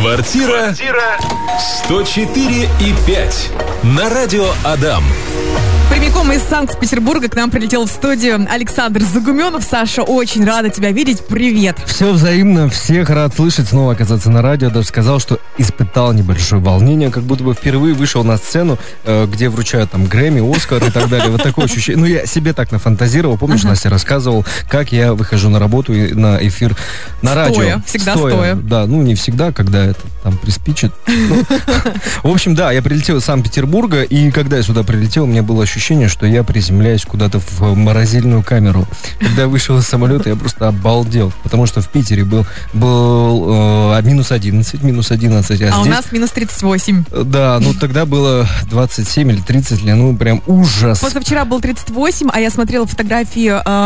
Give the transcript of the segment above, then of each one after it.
Квартира 104,5 на радио Адам. Прямиком из Санкт-Петербурга к нам прилетел в студию Александр Загуменов. Саша, очень рада тебя видеть. Привет. Все взаимно, всех рад слышать, снова оказаться на радио. Даже сказал, что испытал небольшое волнение, как будто бы впервые вышел на сцену, где вручают там Грэмми, Оскар и так далее. Вот такое ощущение. Ну, я себе так нафантазировал. Помнишь, Настя рассказывал, как я выхожу на работу и на эфир на радио. Всегда стоя. Да, ну не всегда, когда это там приспичит. В общем, да, я прилетел из Санкт-Петербурга, и когда я сюда прилетел, у меня было ощущение, что я приземляюсь куда-то в морозильную камеру. Когда я вышел из самолета, я просто обалдел, потому что в Питере был минус 11, а здесь... у нас минус 38. Да, ну тогда было 27 или 30, ну прям ужас. Позавчера был 38, а я смотрела фотографии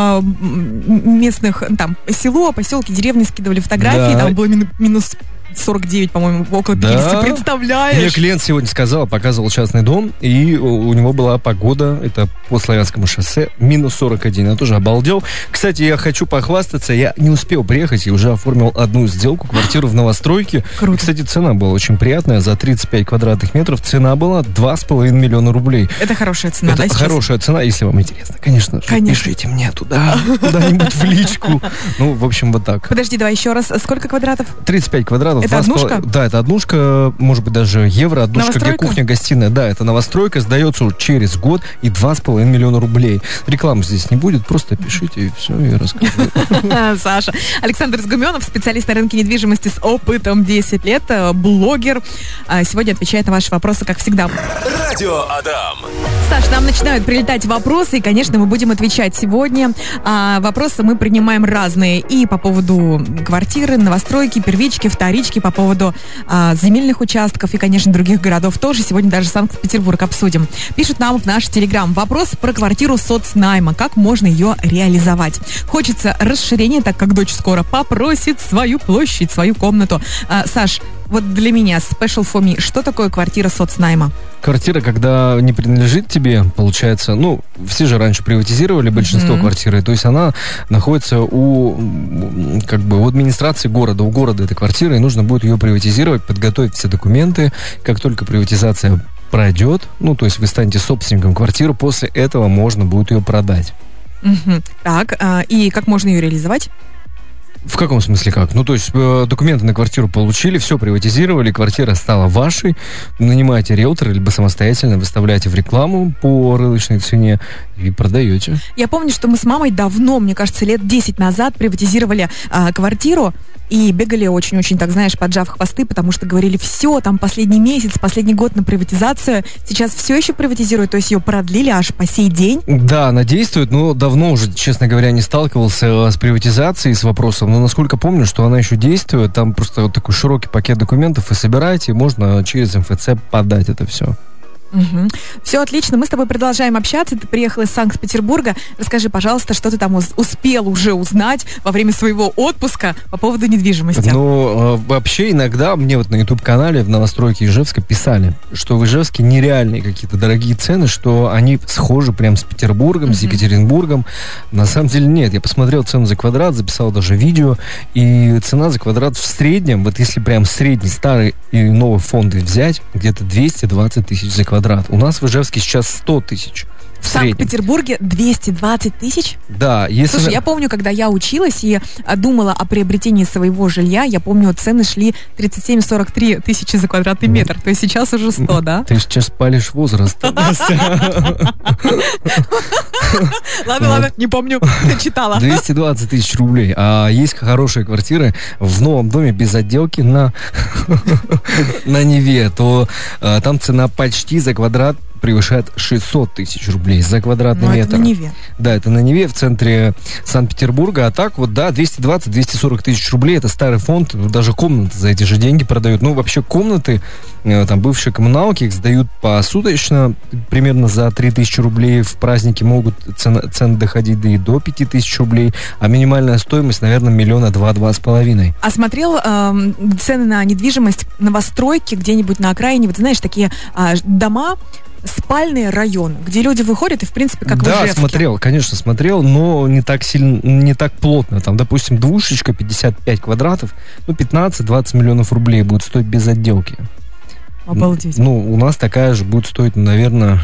местных, там, село, поселки, деревни скидывали фотографии, да. Там было минус 49, по-моему, около 50, да. Представляешь? Мне клиент сегодня сказал, показывал частный дом, и у него была погода, это по Славянскому шоссе, минус 41. Я тоже обалдел. Кстати, я хочу похвастаться, я не успел приехать и уже оформил одну сделку, квартиру в новостройке. Круто. И, кстати, цена была очень приятная, за 35 квадратных метров цена была 2,5 миллиона рублей. Это хорошая цена, это да, сейчас? Хорошая цена, если вам интересно, конечно же. Пишите мне туда, куда-нибудь в личку. Ну, в общем, вот так. Подожди, давай еще раз, сколько квадратов? 35 квадратов. Это однушка? Да, это однушка, может быть, даже евро, однушка, где кухня-гостиная. Да, это новостройка, сдается через год и 2,5 миллиона рублей. Рекламы здесь не будет, просто пишите, и все, я расскажу. Саша. Александр Загуменов, специалист на рынке недвижимости с опытом 10 лет, блогер. Сегодня отвечает на ваши вопросы, как всегда. Радио Адам. Саш, нам начинают прилетать вопросы, и, конечно, мы будем отвечать сегодня. Вопросы мы принимаем разные. И по поводу квартиры, новостройки, первички, вторички, по поводу земельных участков и, конечно, других городов тоже. Сегодня даже Санкт-Петербург обсудим. Пишут нам в наш Телеграм. Вопрос про квартиру соцнайма. Как можно ее реализовать? Хочется расширения, так как дочь скоро попросит свою площадь, свою комнату. Саш, вот для меня, special for me, что такое квартира соцнайма? Квартира, когда не принадлежит тебе, получается, ну, все же раньше приватизировали большинство квартиры, то есть она находится у администрации города, у города эта квартира, и нужно будет ее приватизировать, подготовить все документы. Как только приватизация пройдет, ну, то есть вы станете собственником квартиры, после этого можно будет ее продать. Так, и как можно ее реализовать? В каком смысле как? Ну, то есть документы на квартиру получили, все приватизировали, квартира стала вашей, нанимаете риэлтора, либо самостоятельно выставляете в рекламу по рыночной цене и продаете. Я помню, что мы с мамой давно, мне кажется, лет 10 назад приватизировали квартиру и бегали очень-очень, так знаешь, поджав хвосты, потому что говорили, все, там последний месяц, последний год на приватизацию. Сейчас все еще приватизируют, то есть ее продлили аж по сей день. Да, она действует, но давно уже, честно говоря, не сталкивался с приватизацией, с вопросом. Но насколько помню, что она еще действует, там просто вот такой широкий пакет документов, вы собираете, и можно через МФЦ подать это все. Все отлично, мы с тобой продолжаем общаться. Ты приехал из Санкт-Петербурга. Расскажи, пожалуйста, что ты там успел уже узнать во время своего отпуска по поводу недвижимости. Ну, вообще иногда мне вот на YouTube-канале в новостройке Ижевска писали, что в Ижевске нереальные какие-то дорогие цены, что они схожи прям с Петербургом, с Екатеринбургом. На самом деле нет. Я посмотрел цену за квадрат, записал даже видео, и цена за квадрат в среднем, вот если прям средний старый и новый фонды взять, где-то 220 тысяч за квадрат. У нас в Ижевске сейчас 100 тысяч. В Санкт-Петербурге 220 тысяч? Да. Если... Слушай, я помню, когда я училась и думала о приобретении своего жилья, я помню, цены шли 37-43 тысячи за квадратный метр. То есть сейчас уже 100, да? Ты сейчас палишь возраст. Ладно, не помню, читала. 220 тысяч рублей. А есть хорошие квартиры в новом доме без отделки на Неве, то там цена почти за квадрат превышает 600 тысяч рублей за квадратный метр. Это на Неве. Да, это на Неве, в центре Санкт-Петербурга. А так вот, да, 220-240 тысяч рублей, это старый фонд, даже комнаты за эти же деньги продают. Ну, вообще комнаты, там, бывшие коммуналки, их сдают посуточно, примерно за 3000 рублей. В праздники могут цены доходить до 5000 рублей, а минимальная стоимость, наверное, 1-2,5. А смотрел цены на недвижимость, новостройки где-нибудь на окраине, вот знаешь, такие дома спальный район, где люди выходят и, в принципе, как в Ижевске. Да, смотрел, конечно, смотрел, но не так сильно, не так плотно. Там, допустим, двушечка, 55 квадратов, 15-20 миллионов рублей будет стоить без отделки. Обалдеть. У нас такая же будет стоить, наверное,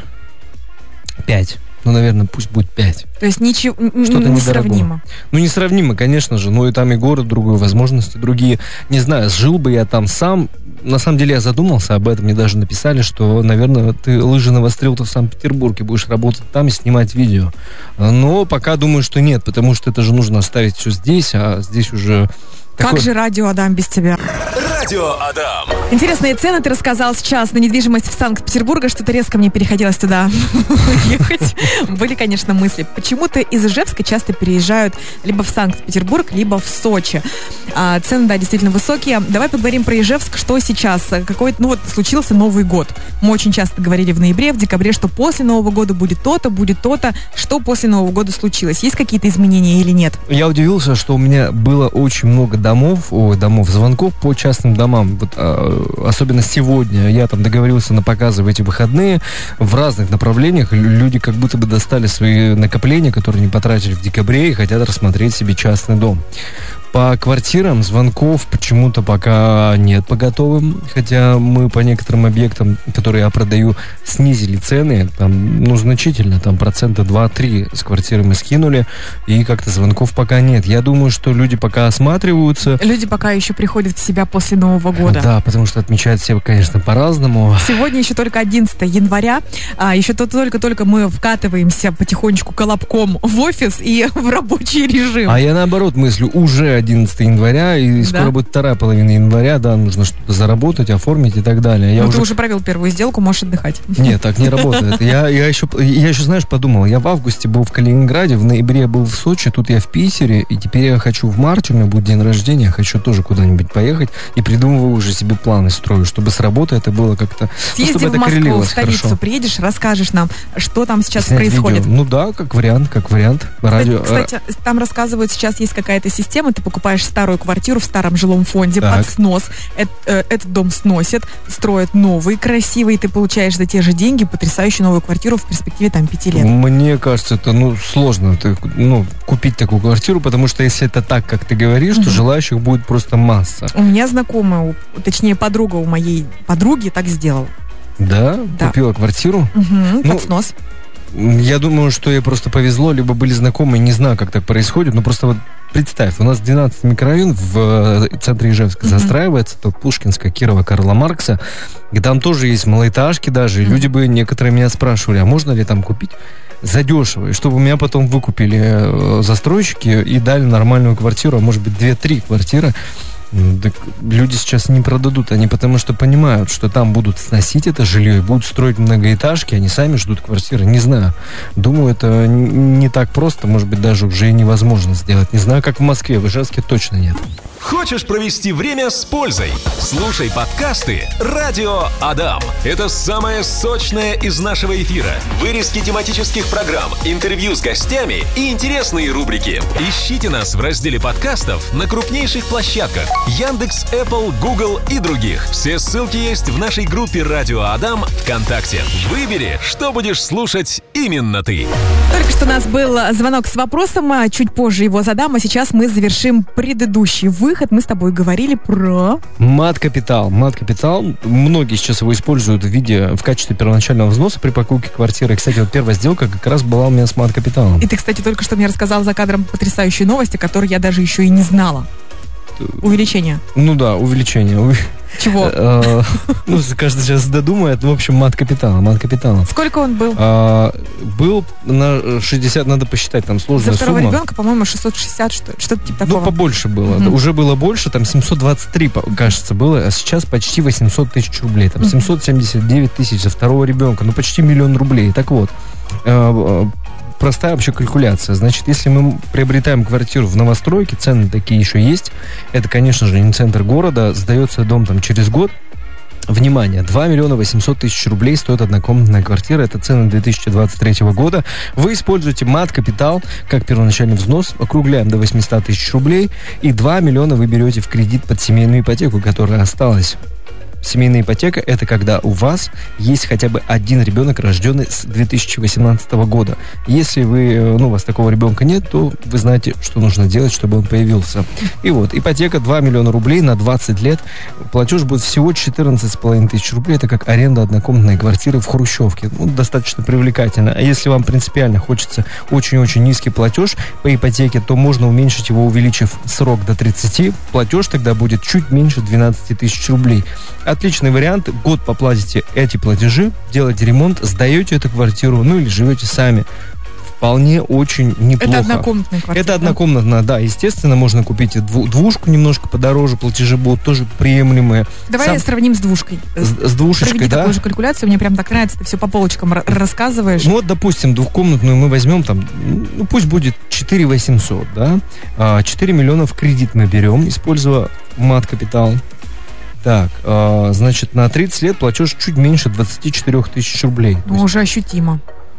5. Наверное, пусть будет 5. То есть ничего, что-то несравнимо. Несравнимо, конечно же. И там и город другой, возможности другие. Не знаю, жил бы я там сам. На самом деле я задумался об этом. Мне даже написали, что, наверное, ты лыжи навострил-то в Санкт-Петербурге. Будешь работать там и снимать видео. Но пока думаю, что нет. Потому что это же нужно оставить все здесь. А здесь уже... Как же радио Адам без тебя? Радио Адам. Интересные цены ты рассказал сейчас на недвижимость в Санкт-Петербурге. Что-то резко мне переходилось туда ехать. Были, конечно, мысли. Почему-то из Ижевска часто переезжают либо в Санкт-Петербург, либо в Сочи. Цены, да, действительно высокие. Давай поговорим про Ижевск. Что сейчас? Случился Новый год. Мы очень часто говорили в ноябре, в декабре, что после Нового года будет то-то, будет то-то. Что после Нового года случилось? Есть какие-то изменения или нет? Я удивился, что у меня было очень много звонков по частным домам. Особенно сегодня я там договорился на показы в эти выходные в разных направлениях. Люди как будто бы достали свои накопления, которые не потратили в декабре, и хотят рассмотреть себе частный дом. По квартирам звонков почему-то пока нет по готовым, хотя мы по некоторым объектам, которые я продаю, снизили цены, там, значительно, там 2-3% с квартиры мы скинули, и как-то звонков пока нет. Я думаю, что люди пока осматриваются. Люди пока еще приходят в себя после Нового года. Да, потому что отмечают все, конечно, по-разному. Сегодня еще только 11 января, еще только-только мы вкатываемся потихонечку колобком в офис и в рабочий режим. А я наоборот мыслю, уже 11 января, и скоро будет вторая половина января, да, нужно что-то заработать, оформить и так далее. Ты уже провел первую сделку, можешь отдыхать. Нет, так не работает. Я еще, знаешь, подумал, я в августе был в Калининграде, в ноябре я был в Сочи, тут я в Питере, и теперь я хочу в марте, у меня будет день рождения, я хочу тоже куда-нибудь поехать, и придумываю уже себе планы, строю, чтобы с работы это было как-то... Съезди в Москву, в столицу, хорошо. Приедешь, расскажешь нам, что там сейчас происходит. Видео. Да, как вариант. Радио. Кстати, там рассказывают, сейчас есть какая-то система, ты покупаешь старую квартиру в старом жилом фонде под снос. Этот дом сносят, строят новый, красивый, и ты получаешь за те же деньги потрясающую новую квартиру в перспективе 5 лет. Мне кажется, это сложно купить такую квартиру, потому что если это так, как ты говоришь, то желающих будет просто масса. У меня знакомая, точнее подруга у моей подруги так сделала. Да? Купила квартиру? Под снос. Я думаю, что ей просто повезло, либо были знакомые, не знаю, как так происходит, но просто представь, у нас 12 микрорайон в центре Ижевска застраивается, это Пушкинская, Кирова, Карла Маркса, и там тоже есть малоэтажки даже, и люди бы некоторые меня спрашивали, а можно ли там купить задешево, и чтобы меня потом выкупили застройщики и дали нормальную квартиру, а может быть 2-3 квартиры. Так люди сейчас не продадут, они потому что понимают, что там будут сносить это жилье и будут строить многоэтажки, они сами ждут квартиры, не знаю. Думаю, это не так просто, может быть, даже уже и невозможно сделать. Не знаю, как в Москве, в Ижевске точно нет. Хочешь провести время с пользой? Слушай подкасты «Радио Адам». Это самое сочное из нашего эфира. Вырезки тематических программ, интервью с гостями и интересные рубрики. Ищите нас в разделе подкастов на крупнейших площадках Яндекс, Apple, Google и других. Все ссылки есть в нашей группе «Радио Адам» ВКонтакте. Выбери, что будешь слушать именно ты. Только что у нас был звонок с вопросом, чуть позже его задам, а сейчас мы завершим предыдущий выход. Мы с тобой говорили про... Мат-капитал. Многие сейчас его используют в качестве первоначального взноса при покупке квартиры. Кстати, первая сделка как раз была у меня с мат-капиталом. И ты, кстати, только что мне рассказал за кадром потрясающие новости, которые я даже еще и не знала. Увеличение. Увеличение. Чего? Каждый сейчас додумает. В общем, мат-капитала. Сколько он был? Был на 60, надо посчитать, там сложная сумма. За второго ребенка, по-моему, 660, что-то типа такого. Побольше было. Уже было больше, там 723, кажется, было, а сейчас почти 800 тысяч рублей. Там 779 тысяч за второго ребенка. Почти 1 000 000 рублей. Так вот, простая вообще калькуляция. Значит, если мы приобретаем квартиру в новостройке, цены такие еще есть. Это, конечно же, не центр города. Сдается дом там через год. Внимание, 2 800 000 рублей стоит однокомнатная квартира. Это цены 2023 года. Вы используете мат-капитал как первоначальный взнос. Округляем до 800 000 рублей. И 2 миллиона вы берете в кредит под семейную ипотеку, которая осталась. семейная ипотека – это когда у вас есть хотя бы один ребенок, рожденный с 2018 года. Если у вас такого ребенка нет, то вы знаете, что нужно делать, чтобы он появился. И вот, ипотека 2 миллиона рублей на 20 лет. Платеж будет всего 14,5 тысяч рублей. Это как аренда однокомнатной квартиры в Хрущевке. Достаточно привлекательно. А если вам принципиально хочется очень-очень низкий платеж по ипотеке, то можно уменьшить его, увеличив срок до 30. Платеж тогда будет чуть меньше 12 тысяч рублей. Отличный вариант. Год поплатите эти платежи, делаете ремонт, сдаете эту квартиру, или живете сами. Вполне очень неплохо. Это однокомнатная квартира? Это однокомнатная, да. Естественно, можно купить двушку немножко подороже, платежи будут тоже приемлемые. Давай сравним с двушкой. С двушечкой, проведи да. такую же калькуляцию, мне прям так нравится, ты все по полочкам рассказываешь. Допустим, двухкомнатную мы возьмем пусть будет 4 800, да. 4 миллиона в кредит мы берем, используя мат-капитал. Так, значит, на 30 лет платеж чуть меньше 24 тысяч рублей. Уже ощутимо.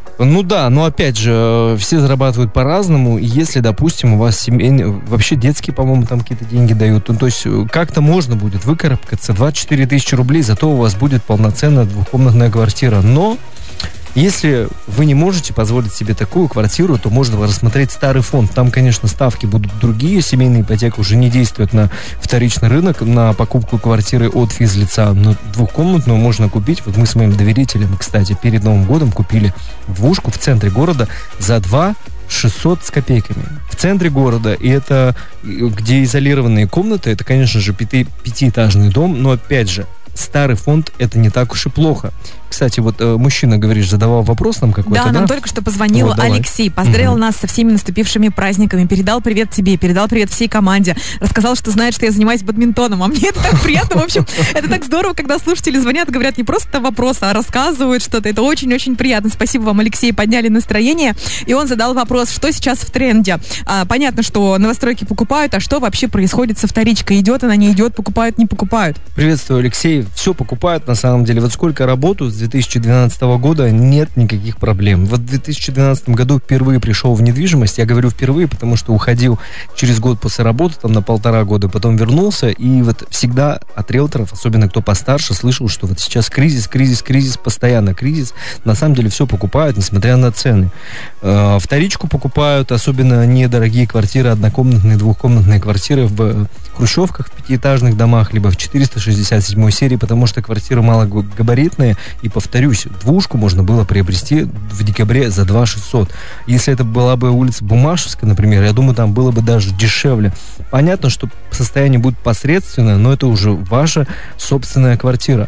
Но опять же, все зарабатывают по-разному. И если, допустим, у вас семейные, вообще детские, по-моему, там какие-то деньги дают, то есть как-то можно будет выкарабкаться. 24 тысячи рублей, зато у вас будет полноценная двухкомнатная квартира. Но если вы не можете позволить себе такую квартиру, то можно рассмотреть старый фонд. Там, конечно, ставки будут другие. Семейная ипотека уже не действует на вторичный рынок, на покупку квартиры от физлица. Но двухкомнатную можно купить. Вот мы с моим доверителем, кстати, перед Новым годом купили двушку в центре города за 2 600 с копейками. В центре города, и это где изолированные комнаты, это, конечно же, пятиэтажный дом, но, опять же, старый фонд – это не так уж и плохо. Кстати, вот мужчина, говоришь, задавал вопрос нам какой-то, да? Нам только что позвонил Алексей, поздравил нас со всеми наступившими праздниками, передал привет тебе, передал привет всей команде, рассказал, что знает, что я занимаюсь бадминтоном, а мне это так приятно, в общем, это так здорово, когда слушатели звонят, говорят не просто вопросы, а рассказывают что-то, это очень-очень приятно. Спасибо вам, Алексей, подняли настроение, и он задал вопрос, что сейчас в тренде. Понятно, что новостройки покупают, а что вообще происходит со вторичкой? Идет она, не идет, покупают, не покупают? Приветствую, Алексей. Все покупают, на самом деле. Вот сколько работаю с 2012 года, нет никаких проблем. Вот в 2012 году впервые пришел в недвижимость. Я говорю впервые, потому что уходил через год после работы, там на 1,5 года, потом вернулся. И вот всегда от риэлторов, особенно кто постарше, слышал, что вот сейчас кризис, постоянно кризис. На самом деле все покупают, несмотря на цены. Вторичку покупают, особенно недорогие квартиры, однокомнатные, двухкомнатные квартиры в хрущевках, в пятиэтажных домах, либо в 467 серии, потому что квартиры малогабаритные. И, повторюсь, двушку можно было приобрести в декабре за 2 600. Если это была бы улица Бумашевская, например, я думаю, там было бы даже дешевле. Понятно, что состояние будет посредственное, но это уже ваша собственная квартира.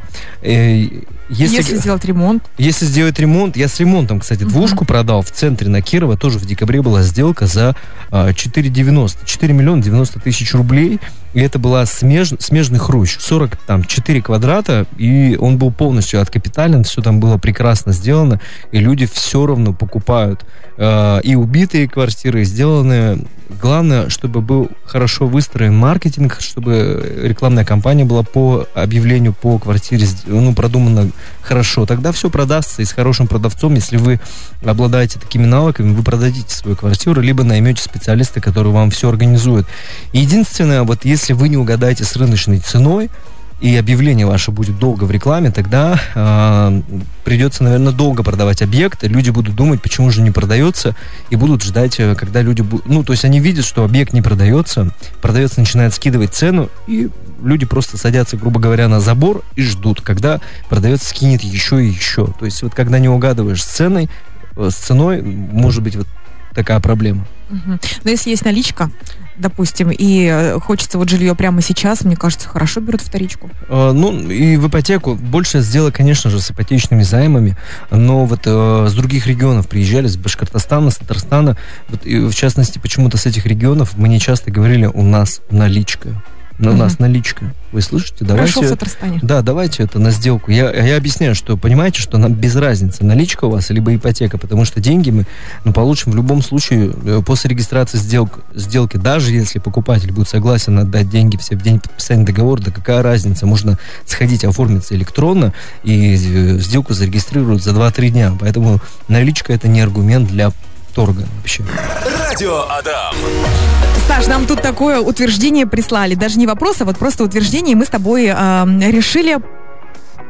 Если сделать ремонт. Если сделать ремонт. Я с ремонтом, кстати, двушку продал в центре на Кирова. Тоже в декабре была сделка за 4,90. 4 миллиона 90 тысяч рублей. И это была смежный хрущ. 44 квадрата. И он был полностью откапитален. Все там было прекрасно сделано. И люди все равно покупают. И убитые квартиры сделаны. Главное, чтобы был хорошо выстроен маркетинг, чтобы рекламная кампания была по объявлению по квартире продумана хорошо. Тогда все продастся. И с хорошим продавцом, если вы обладаете такими навыками, вы продадите свою квартиру, либо наймете специалиста, который вам все организует. Единственное, вот если вы не угадаете с рыночной ценой, и объявление ваше будет долго в рекламе, тогда придется, наверное, долго продавать объект. Люди будут думать, почему же не продается, и будут ждать, когда люди будут... то есть они видят, что объект не продается, продавец начинает скидывать цену, и люди просто садятся, грубо говоря, на забор и ждут, когда продавец скинет еще и еще. То есть вот когда не угадываешь с ценой, может быть вот такая проблема. Но если есть наличка, допустим, и хочется вот жилье прямо сейчас, мне кажется, хорошо берут вторичку. И в ипотеку. Больше сделок, конечно же, с ипотечными займами, но вот с других регионов приезжали, с Башкортостана, с Татарстана, и в частности, почему-то с этих регионов мне часто говорили, у нас наличка. У нас наличка. Вы слышите? Хорошо в Татарстане. Да, давайте это на сделку. Я объясняю, что, понимаете, что нам без разницы, наличка у вас, либо ипотека, потому что деньги мы получим в любом случае после регистрации сделки, даже если покупатель будет согласен отдать деньги все в день подписания договора, да какая разница, можно сходить, оформиться электронно, и сделку зарегистрируют за 2-3 дня. Поэтому наличка — это не аргумент для торга вообще. Радио Адам. Саш, нам тут такое утверждение прислали. Даже не вопрос, а вот просто утверждение. Мы с тобой решили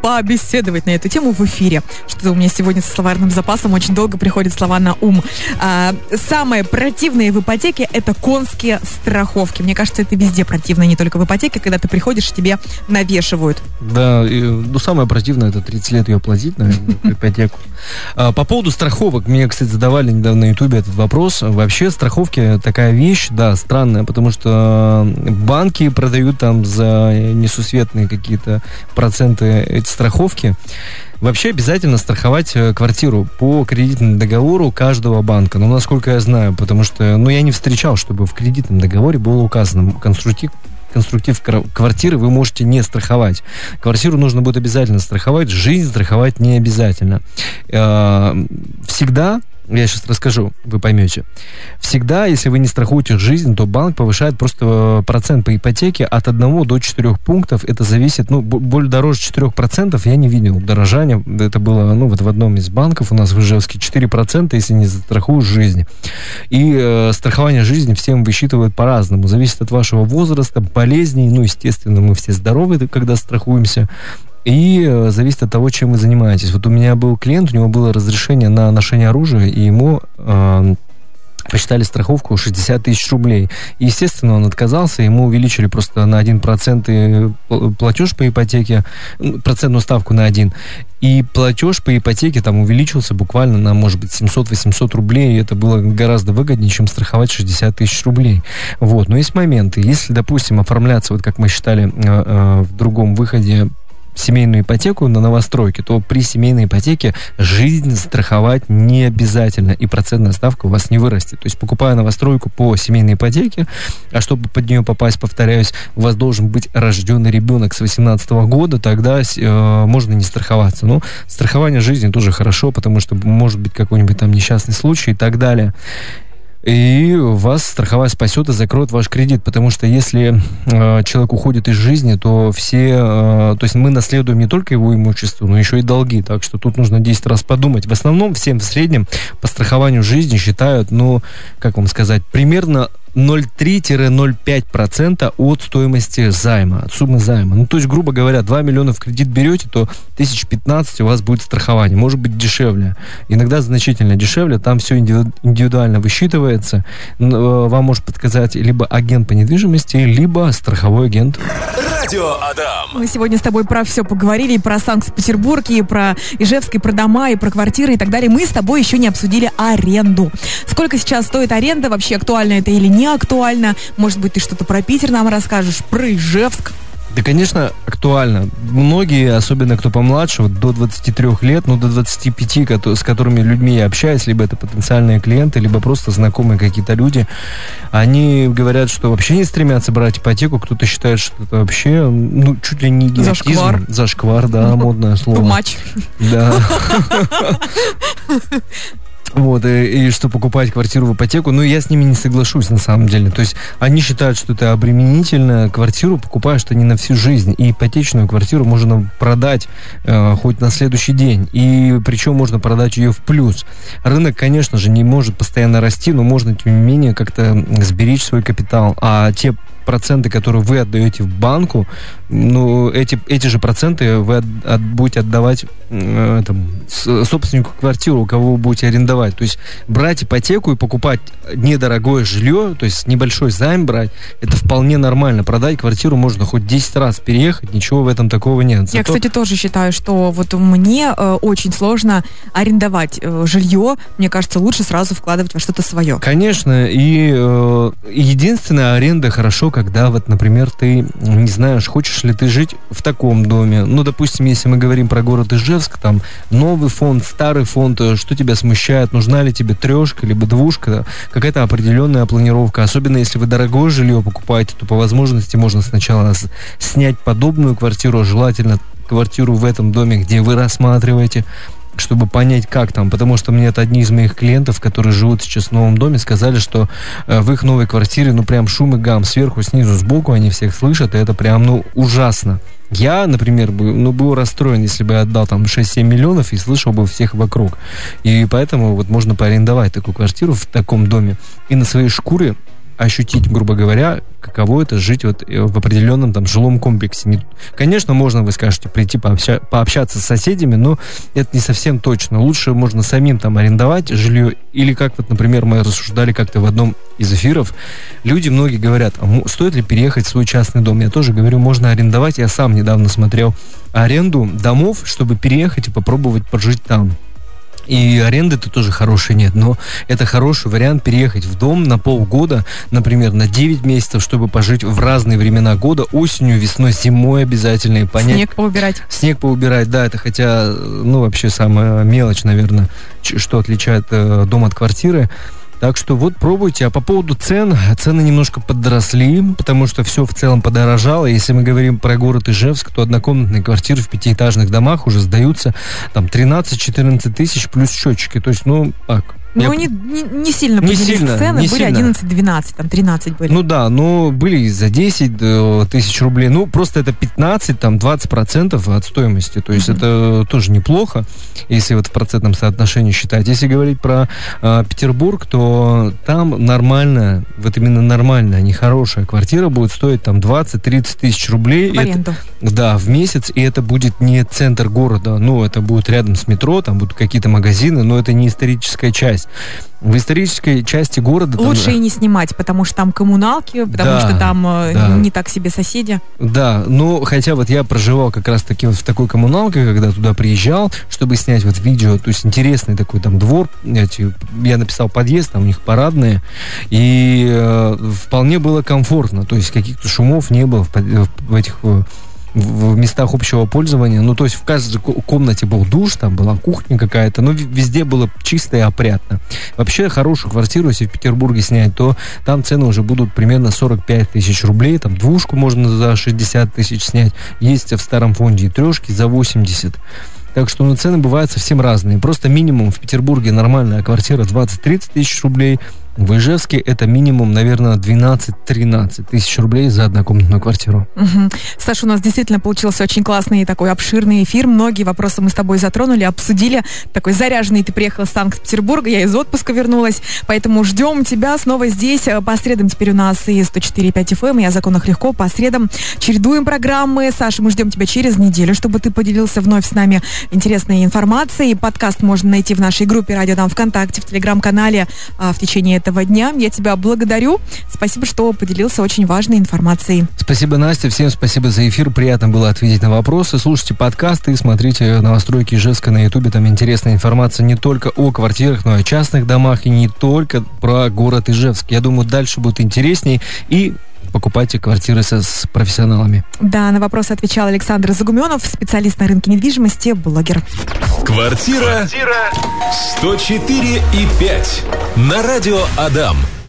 побеседовать на эту тему в эфире. Что у меня сегодня со словарным запасом очень долго приходят слова на ум. Самое противное в ипотеке — это конские страховки. Мне кажется, это везде противно, не только в ипотеке, когда ты приходишь, тебе навешивают. Да, самое противное — это 30 лет ее платить, наверное, ипотеку. По поводу страховок, мне, кстати, задавали недавно на Ютубе этот вопрос. Вообще страховки такая вещь, да, странная, потому что банки продают там за несусветные какие-то проценты эти страховки. Вообще обязательно страховать квартиру по кредитному договору каждого банка. Ну, насколько я знаю, потому что, я не встречал, чтобы в кредитном договоре было указано конструктив квартиры вы можете не страховать. Квартиру нужно будет обязательно страховать, жизнь страховать не обязательно. Всегда, я сейчас расскажу, вы поймете. Всегда, если вы не страхуете жизнь, то банк повышает просто процент по ипотеке от 1 до 4 пунктов. Это зависит, более дороже 4% я не видел дорожания. Это было, вот в одном из банков у нас в Ижевске 4%, если не застрахуешь жизнь. И страхование жизни всем высчитывают по-разному. Зависит от вашего возраста, болезней. Естественно, мы все здоровы, когда страхуемся. И зависит от того, чем вы занимаетесь. Вот у меня был клиент, у него было разрешение на ношение оружия, и ему посчитали страховку 60 тысяч рублей. И, естественно, он отказался, ему увеличили просто на 1% платеж по ипотеке, процентную ставку на 1%. И платеж по ипотеке там увеличился буквально на, может быть, 700-800 рублей. И это было гораздо выгоднее, чем страховать 60 тысяч рублей. Вот. Но есть моменты. Если, допустим, оформляться, вот как мы считали в другом выходе, семейную ипотеку на новостройке, то при семейной ипотеке жизнь страховать не обязательно, и процентная ставка у вас не вырастет. То есть, покупая новостройку по семейной ипотеке, а чтобы под нее попасть, повторяюсь, у вас должен быть рожденный ребенок с 18 года, тогда можно не страховаться. Но страхование жизни тоже хорошо, потому что может быть какой-нибудь там несчастный случай и так далее. И вас страховая спасет и закроет ваш кредит, потому что если человек уходит из жизни, то то есть мы наследуем не только его имущество, но еще и долги, так что тут нужно 10 раз подумать. В основном всем в среднем по страхованию жизни считают, как вам сказать, примерно 0,3-0,5% от стоимости займа, от суммы займа. То есть, грубо говоря, 2 миллиона в кредит берете, то 1015 у вас будет страхование. Может быть дешевле. Иногда значительно дешевле. Там все индивидуально высчитывается. Вам может подсказать либо агент по недвижимости, либо страховой агент. Радио Адам. Мы сегодня с тобой про все поговорили. И про Санкт-Петербург, и про Ижевск, и про дома, и про квартиры, и так далее. Мы с тобой еще не обсудили аренду. Сколько сейчас стоит аренда? Вообще актуально это или не актуально? Может быть, ты что-то про Питер нам расскажешь, про Ижевск? Да, конечно, актуально. Многие, особенно кто помладше, до 23 лет, до 25, с которыми людьми я общаюсь, либо это потенциальные клиенты, либо просто знакомые какие-то люди, они говорят, что вообще не стремятся брать ипотеку. Кто-то считает, что это вообще, чуть ли не идиотизм. Зашквар, да, модное слово. Тумач. Да. Вот, и что покупать квартиру в ипотеку, я с ними не соглашусь, на самом деле. То есть они считают, что это обременительно. Квартиру покупаешь-то не на всю жизнь. И ипотечную квартиру можно продать хоть на следующий день. И причем можно продать ее в плюс. Рынок, конечно же, не может постоянно расти, но можно, тем не менее, как-то сберечь свой капитал. А те проценты, которые вы отдаете в банку, эти же проценты вы будете отдавать собственнику квартиры, у кого вы будете арендовать. То есть брать ипотеку и покупать недорогое жилье, то есть небольшой займ брать, это вполне нормально. Продать квартиру можно хоть 10 раз переехать, ничего в этом такого нет. Я, кстати, тоже считаю, что вот мне очень сложно арендовать жилье. Мне кажется, лучше сразу вкладывать во что-то свое. Конечно, и единственная аренда хорошо, когда например, ты не знаешь, хочешь ли ты жить в таком доме. Допустим, если мы говорим про город Ижевск, там новый фонд, старый фонд, что тебя смущает, нужна ли тебе трешка, либо двушка, какая-то определенная планировка. Особенно если вы дорогое жилье покупаете, то по возможности можно сначала снять подобную квартиру, желательно квартиру в этом доме, где вы рассматриваете, чтобы понять, как там. Потому что мне одни из моих клиентов, которые живут сейчас в новом доме, сказали, что в их новой квартире, прям шум и гам сверху, снизу, сбоку, они всех слышат, и это прям, ужасно. Я, например, был расстроен, если бы я отдал там 6-7 миллионов и слышал бы всех вокруг. И поэтому можно поарендовать такую квартиру в таком доме и на своей шкуре ощутить, грубо говоря, каково это жить вот в определенном там жилом комплексе. Конечно, можно, вы скажете, прийти пообщаться с соседями, но это не совсем точно. Лучше можно самим там арендовать жилье, или как вот, например, мы рассуждали как-то в одном из эфиров, люди многие говорят, а стоит ли переехать в свой частный дом? Я тоже говорю, можно арендовать. Я сам недавно смотрел аренду домов, чтобы переехать и попробовать пожить там. И аренды-то тоже хорошей нет, но это хороший вариант переехать в дом на полгода, например, на 9 месяцев, чтобы пожить в разные времена года, осенью, весной, зимой обязательно. И понять, снег поубирать. Снег поубирать, да, это хотя, вообще самая мелочь, наверное, что отличает дом от квартиры. Так что вот пробуйте. А по поводу цены немножко подросли, потому что все в целом подорожало. Если мы говорим про город Ижевск, то однокомнатные квартиры в пятиэтажных домах уже сдаются там 13-14 тысяч плюс счетчики. То есть, так. Не сильно поднялись цены, были 11-12, там 13 были. Но были и за 10 тысяч рублей. Просто это 15-20% от стоимости. То есть это тоже неплохо, если вот в процентном соотношении считать. Если говорить про Петербург, то там нормальная, вот именно нормальная, не хорошая квартира будет стоить там 20-30 тысяч рублей. В аренду. В месяц, и это будет не центр города, это будет рядом с метро, там будут какие-то магазины, но это не историческая часть. В исторической части города... Лучше и не снимать, потому что там коммуналки, потому что там не так себе соседи. Да, хотя вот я проживал как раз-таки вот в такой коммуналке, когда туда приезжал, чтобы снять вот видео, то есть интересный такой там двор, я написал подъезд, там у них парадные, и вполне было комфортно, то есть каких-то шумов не было в этих... в местах общего пользования. То есть в каждой комнате был душ, там была кухня какая-то, но везде было чисто и опрятно. Вообще хорошую квартиру, если в Петербурге снять, то там цены уже будут примерно 45 тысяч рублей. Там двушку можно за 60 тысяч снять. Есть в старом фонде и трешки за 80. Так что цены бывают совсем разные. Просто минимум в Петербурге нормальная квартира 20-30 тысяч рублей. В Ижевске это минимум, наверное, 12-13 тысяч рублей за однокомнатную квартиру. Саша, у нас действительно получился очень классный и такой обширный эфир. Многие вопросы мы с тобой затронули, обсудили. Такой заряженный ты приехала из Санкт-Петербурга, я из отпуска вернулась. Поэтому ждем тебя снова здесь. По средам теперь у нас и 104,5 FM, и «О законах легко». По средам чередуем программы. Саша, мы ждем тебя через неделю, чтобы ты поделился вновь с нами интересной информацией. Подкаст можно найти в нашей группе «Радио Адам» ВКонтакте, в Телеграм-канале в течение этого дня. Я тебя благодарю. Спасибо, что поделился очень важной информацией. Спасибо, Настя. Всем спасибо за эфир. Приятно было ответить на вопросы. Слушайте подкасты и смотрите новостройки Ижевска на Ютубе. Там интересная информация не только о квартирах, но и о частных домах, и не только про город Ижевск. Я думаю, дальше будет интересней. И покупайте квартиры с профессионалами. Да, на вопросы отвечал Александр Загуменов, специалист на рынке недвижимости, блогер. Квартира 104,5 на радио Адам.